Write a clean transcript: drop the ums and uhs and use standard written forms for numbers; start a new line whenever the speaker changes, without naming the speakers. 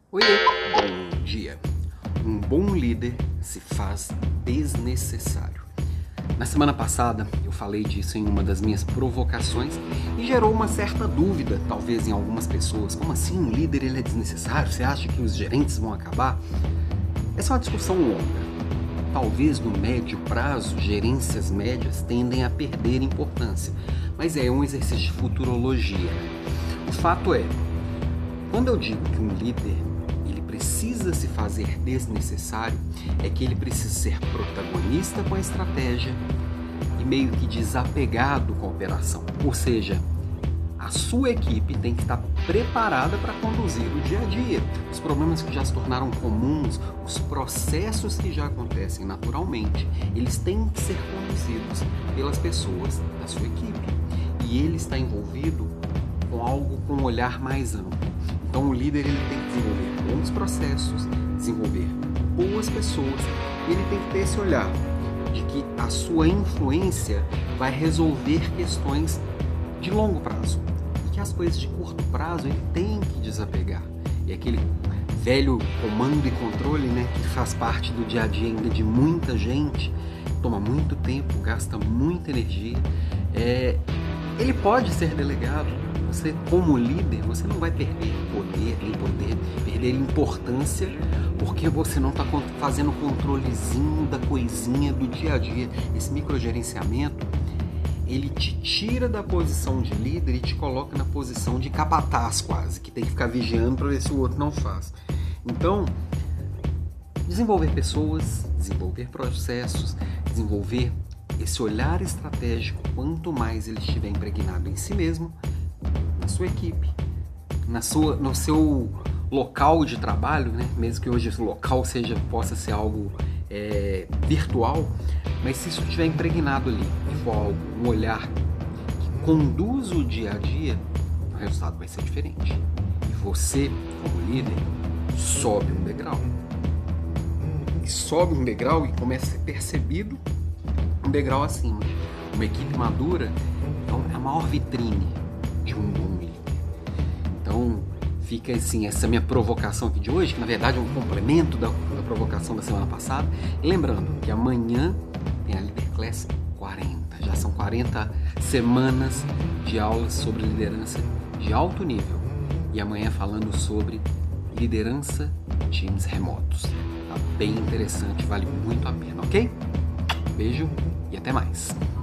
Oiê, bom dia. Um bom líder se faz desnecessário. Na semana passada eu falei disso em uma das minhas provocações e gerou uma certa dúvida, talvez em algumas pessoas. Como assim um líder ele é desnecessário? Você acha que os gerentes vão acabar? Essa é uma discussão longa. Talvez no médio prazo, gerências médias tendem a perder importância, mas é um exercício de futurologia. O fato é, quando eu digo que um líder ele precisa se fazer desnecessário, é que ele precisa ser protagonista com a estratégia e meio que desapegado com a operação. Ou seja, a sua equipe tem que estar preparada para conduzir o dia a dia. Os problemas que já se tornaram comuns, os processos que já acontecem naturalmente, eles têm que ser conduzidos pelas pessoas da sua equipe. E ele está envolvido com algo com um olhar mais amplo. Então o líder ele tem que desenvolver bons processos, desenvolver boas pessoas, e ele tem que ter esse olhar de que a sua influência vai resolver questões de longo prazo e que as coisas de curto prazo ele tem que desapegar. E aquele velho comando e controle, né, que faz parte do dia a dia ainda de muita gente, toma muito tempo, gasta muita energia, ele pode ser delegado. Você, como líder, você não vai perder poder, perder importância, porque você não está fazendo o controlezinho da coisinha do dia a dia. Esse microgerenciamento, ele te tira da posição de líder e te coloca na posição de capataz quase, que tem que ficar vigiando para ver se o outro não faz. Então, desenvolver pessoas, desenvolver processos, desenvolver esse olhar estratégico, quanto mais ele estiver impregnado em si mesmo, na sua equipe, no seu local de trabalho, né? Mesmo que hoje esse local possa ser algo virtual, mas se isso estiver impregnado ali e for um olhar que conduz o dia a dia, o resultado vai ser diferente. E você, como líder, sobe um degrau. E sobe um degrau e começa a ser percebido um degrau acima. Uma equipe madura é a maior vitrine de um bom líder. Então fica assim essa minha provocação aqui de hoje, que na verdade é um complemento da provocação da semana passada. E lembrando que amanhã tem a Leader Class 40. Já são 40 semanas de aulas sobre liderança de alto nível. E amanhã falando sobre liderança de times remotos. Tá bem interessante, vale muito a pena, ok? Beijo e até mais.